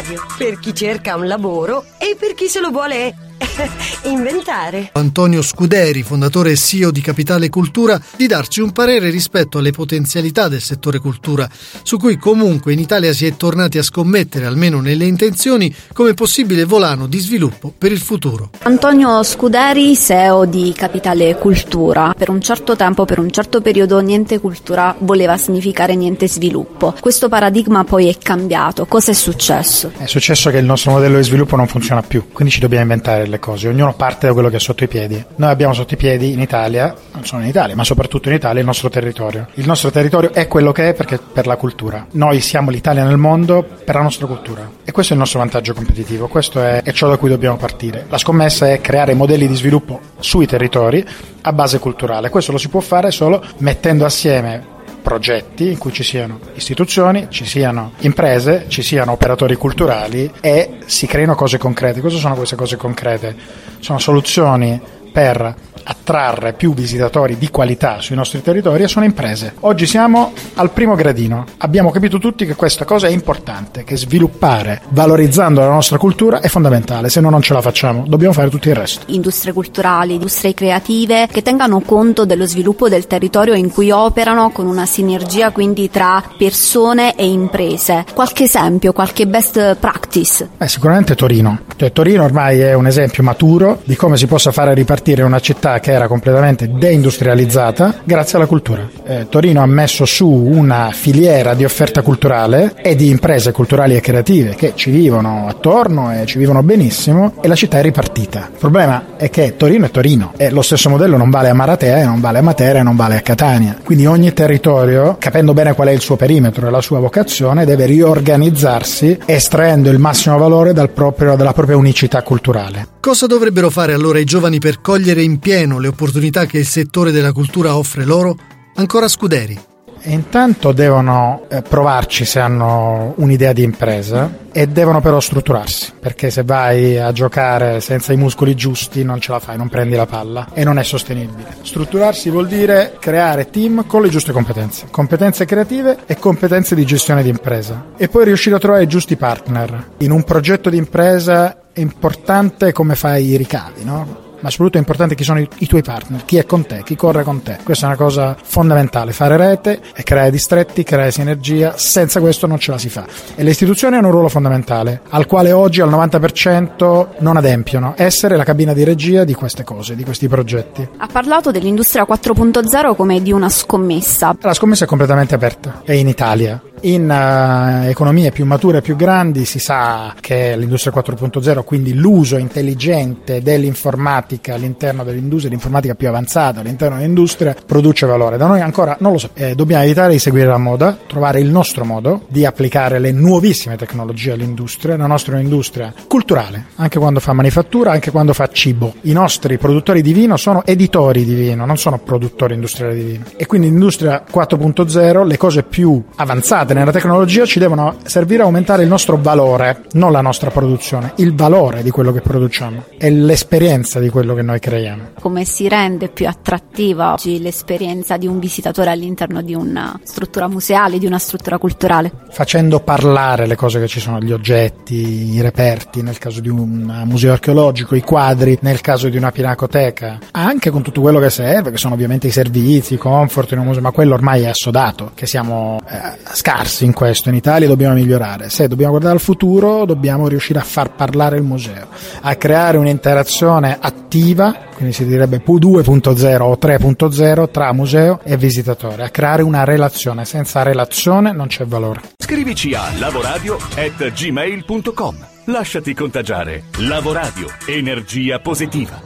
radio, per chi cerca un lavoro e per chi se lo vuole inventare. Antonio Scuderi, fondatore e CEO di Capitale Cultura, di darci un parere rispetto alle potenzialità del settore cultura, su cui comunque in Italia si è tornati a scommettere, almeno nelle intenzioni, come possibile volano di sviluppo per il futuro. Antonio Scuderi, CEO di Capitale Cultura. Per un certo tempo, per un certo periodo, niente cultura voleva significare niente sviluppo. Questo paradigma poi è cambiato. Cosa è successo? È successo che il nostro modello di sviluppo non funziona più, quindi ci dobbiamo inventare le cose. Ognuno parte da quello che è sotto i piedi. Noi abbiamo sotto i piedi in Italia, non solo in Italia, ma soprattutto in Italia, il nostro territorio. Il nostro territorio è quello che è perché per la cultura. Noi siamo l'Italia nel mondo per la nostra cultura. E questo è il nostro vantaggio competitivo. Questo è ciò da cui dobbiamo partire. La scommessa è creare modelli di sviluppo sui territori a base culturale. Questo lo si può fare solo mettendo assieme progetti in cui ci siano istituzioni, ci siano imprese, ci siano operatori culturali e si creino cose concrete. Cosa sono queste cose concrete? Sono soluzioni per attrarre più visitatori di qualità sui nostri territori e sono imprese. Oggi siamo al primo gradino. Abbiamo capito tutti che questa cosa è importante, che sviluppare valorizzando la nostra cultura è fondamentale. Se no non ce la facciamo, dobbiamo fare tutto il resto. Industrie culturali, industrie creative che tengano conto dello sviluppo del territorio in cui operano, con una sinergia quindi tra persone e imprese. Qualche esempio, qualche best practice? Sicuramente Torino. Torino ormai è un esempio maturo di come si possa fare ripartire una città che era completamente deindustrializzata grazie alla cultura. Torino ha messo su una filiera di offerta culturale e di imprese culturali e creative che ci vivono attorno e ci vivono benissimo e la città è ripartita. Il problema è che Torino è Torino e lo stesso modello non vale a Maratea, non vale a Matera, non vale a Catania. Quindi ogni territorio, capendo bene qual è il suo perimetro e la sua vocazione, deve riorganizzarsi estraendo il massimo valore dalla propria unicità culturale. Cosa dovrebbero fare allora i giovani per cogliere in pieno le opportunità che il settore della cultura offre loro? Ancora Scuderi. Intanto devono provarci se hanno un'idea di impresa e devono però strutturarsi, perché se vai a giocare senza i muscoli giusti non ce la fai, non prendi la palla e non è sostenibile. Strutturarsi vuol dire creare team con le giuste competenze creative e competenze di gestione di impresa e poi riuscire a trovare i giusti partner. In un progetto di impresa è importante come fai i ricavi, no? Ma soprattutto è importante chi sono i tuoi partner, chi è con te, chi corre con te. Questa è una cosa fondamentale, fare rete e creare distretti, creare sinergia, senza questo non ce la si fa. E le istituzioni hanno un ruolo fondamentale, al quale oggi al 90% non adempiono, essere la cabina di regia di queste cose, di questi progetti. Ha parlato dell'industria 4.0 come di una scommessa. La scommessa è completamente aperta, è in Italia. In economie più mature e più grandi si sa che l'industria 4.0, quindi l'uso intelligente dell'informatica all'interno dell'industria, l'informatica più avanzata all'interno dell'industria, produce valore. Da noi ancora non lo so. Dobbiamo evitare di seguire la moda, trovare il nostro modo di applicare le nuovissime tecnologie all'industria. La nostra è un'industria culturale, anche quando fa manifattura, anche quando fa cibo. I nostri produttori di vino sono editori di vino, non sono produttori industriali di vino. E quindi l'industria 4.0, le cose più avanzate nella tecnologia ci devono servire a aumentare il nostro valore, non la nostra produzione, il valore di quello che produciamo e l'esperienza di quello che noi creiamo. Come si rende più attrattiva oggi l'esperienza di un visitatore all'interno di una struttura museale, di una struttura culturale? Facendo parlare le cose che ci sono, gli oggetti, i reperti, nel caso di un museo archeologico, i quadri, nel caso di una pinacoteca, anche con tutto quello che serve, che sono ovviamente i servizi, i comfort in un museo, ma quello ormai è assodato, che siamo scarsi in questo. In Italia dobbiamo migliorare. Se dobbiamo guardare al futuro, dobbiamo riuscire a far parlare il museo, a creare un'interazione attiva, quindi si direbbe 2.0 o 3.0 tra museo e visitatore, a creare una relazione. Senza relazione non c'è valore. Scrivici a lavoradio@gmail.com. Lasciati contagiare. Lavoradio, energia positiva.